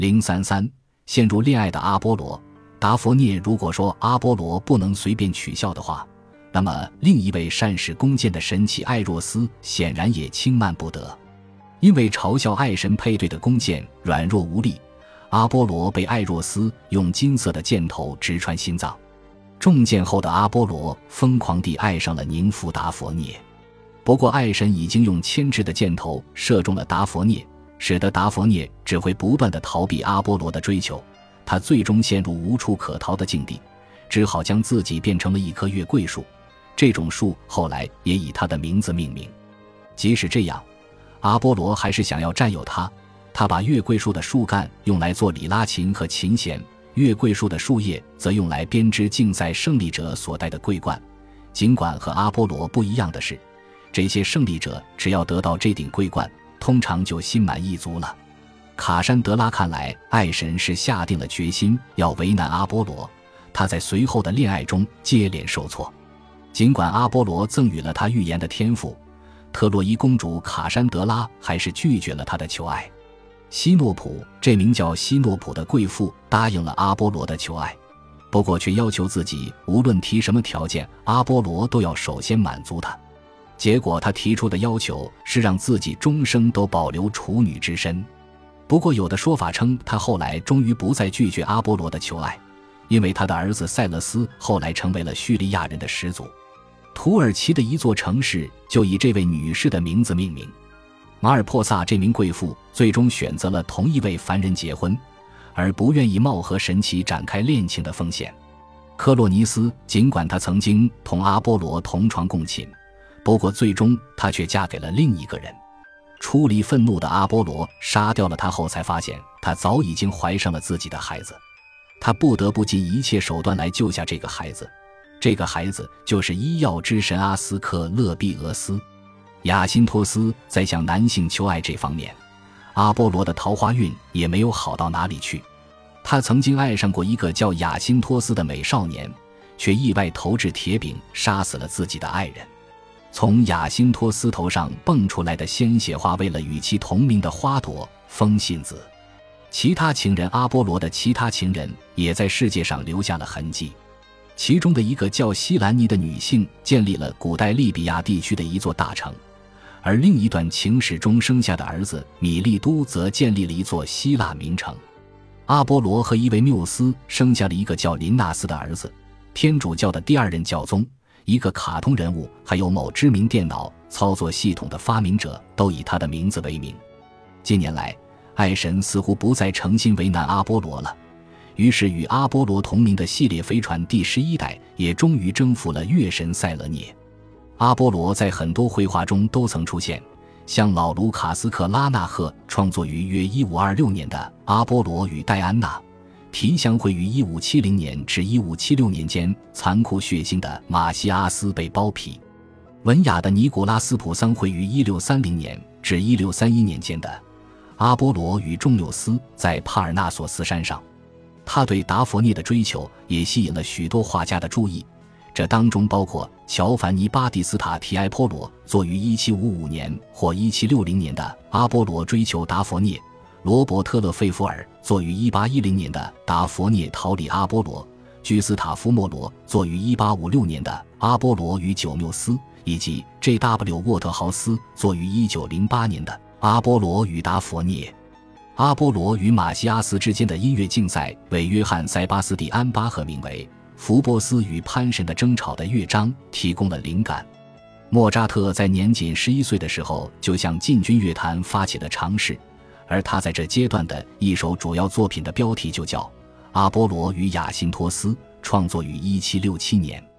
033陷入恋爱的阿波罗。达佛涅如果说阿波罗不能随便取笑的话，那么另一位善使弓箭的神祇艾若斯显然也轻慢不得。因为嘲笑爱神配对的弓箭软弱无力，阿波罗被艾若斯用金色的箭头直穿心脏。中箭后的阿波罗疯狂地爱上了宁芙达佛涅，不过爱神已经用牵制的箭头射中了达佛涅，使得达佛涅只会不断地逃避阿波罗的追求，他最终陷入无处可逃的境地，只好将自己变成了一棵月桂树，这种树后来也以他的名字命名。即使这样，阿波罗还是想要占有它，他把月桂树的树干用来做里拉琴和琴弦，月桂树的树叶则用来编织竞赛胜利者所戴的桂冠。尽管和阿波罗不一样的是，这些胜利者只要得到这顶桂冠，通常就心满意足了。卡珊德拉看来，爱神是下定了决心要为难阿波罗，他在随后的恋爱中接连受挫。尽管阿波罗赠予了他预言的天赋，特洛伊公主卡珊德拉还是拒绝了他的求爱。希诺普，这名叫希诺普的贵妇答应了阿波罗的求爱，不过却要求自己无论提什么条件，阿波罗都要首先满足他。结果他提出的要求是让自己终生都保留处女之身。不过有的说法称，他后来终于不再拒绝阿波罗的求爱，因为他的儿子塞勒斯后来成为了叙利亚人的始祖。土耳其的一座城市就以这位女士的名字命名。马尔珀萨这名贵妇最终选择了同一位凡人结婚，而不愿意冒和神祇展开恋情的风险。克洛尼斯尽管他曾经同阿波罗同床共寝，不过最终她却嫁给了另一个人。出离愤怒的阿波罗杀掉了她后，才发现她早已经怀上了自己的孩子，他不得不尽一切手段来救下这个孩子。这个孩子就是医药之神阿斯克勒庇俄斯。亚辛托斯在向男性求爱这方面，阿波罗的桃花运也没有好到哪里去。他曾经爱上过一个叫亚辛托斯的美少年，却意外投掷铁饼杀死了自己的爱人。从亚辛托斯头上蹦出来的鲜血化为了与其同名的花朵风信子。其他情人，阿波罗的其他情人也在世界上留下了痕迹。其中的一个叫希兰尼的女性建立了古代利比亚地区的一座大城，而另一段情史中生下的儿子米利都则建立了一座希腊名城。阿波罗和一位缪斯生下了一个叫林纳斯的儿子，天主教的第二任教宗，一个卡通人物，还有某知名电脑操作系统的发明者都以他的名字为名。近年来，爱神似乎不再诚心为难阿波罗了，于是与阿波罗同名的系列飞船第11代也终于征服了月神塞勒涅。阿波罗在很多绘画中都曾出现，像老卢卡斯克拉纳赫创作于约1526年的《阿波罗与戴安娜》，提香绘于1570年至1576年间残酷血腥的马西阿斯被剥皮，文雅的尼古拉斯普桑绘于1630年至1631年间的阿波罗与仲纽斯在帕尔纳索斯山上。他对达佛涅的追求也吸引了许多画家的注意，这当中包括乔凡尼·巴蒂斯塔·提埃波罗作于1755年或1760年的《阿波罗追求达佛涅》，罗伯特·勒费弗尔作于1810年的《达佛涅逃离阿波罗》，居斯塔夫·莫罗作于1856年的《阿波罗与九缪斯》，以及 J.W. 沃特豪斯作于1908年的《阿波罗与达佛涅》。阿波罗与马西阿斯之间的音乐竞赛为约翰·塞巴斯蒂安·巴赫名为《福波斯与潘神的争吵》的乐章提供了灵感。莫扎特在年仅11岁的时候就向禁军乐坛发起了尝试，而他在这阶段的一首主要作品的标题就叫《阿波罗与亚辛托斯》，创作于1767年。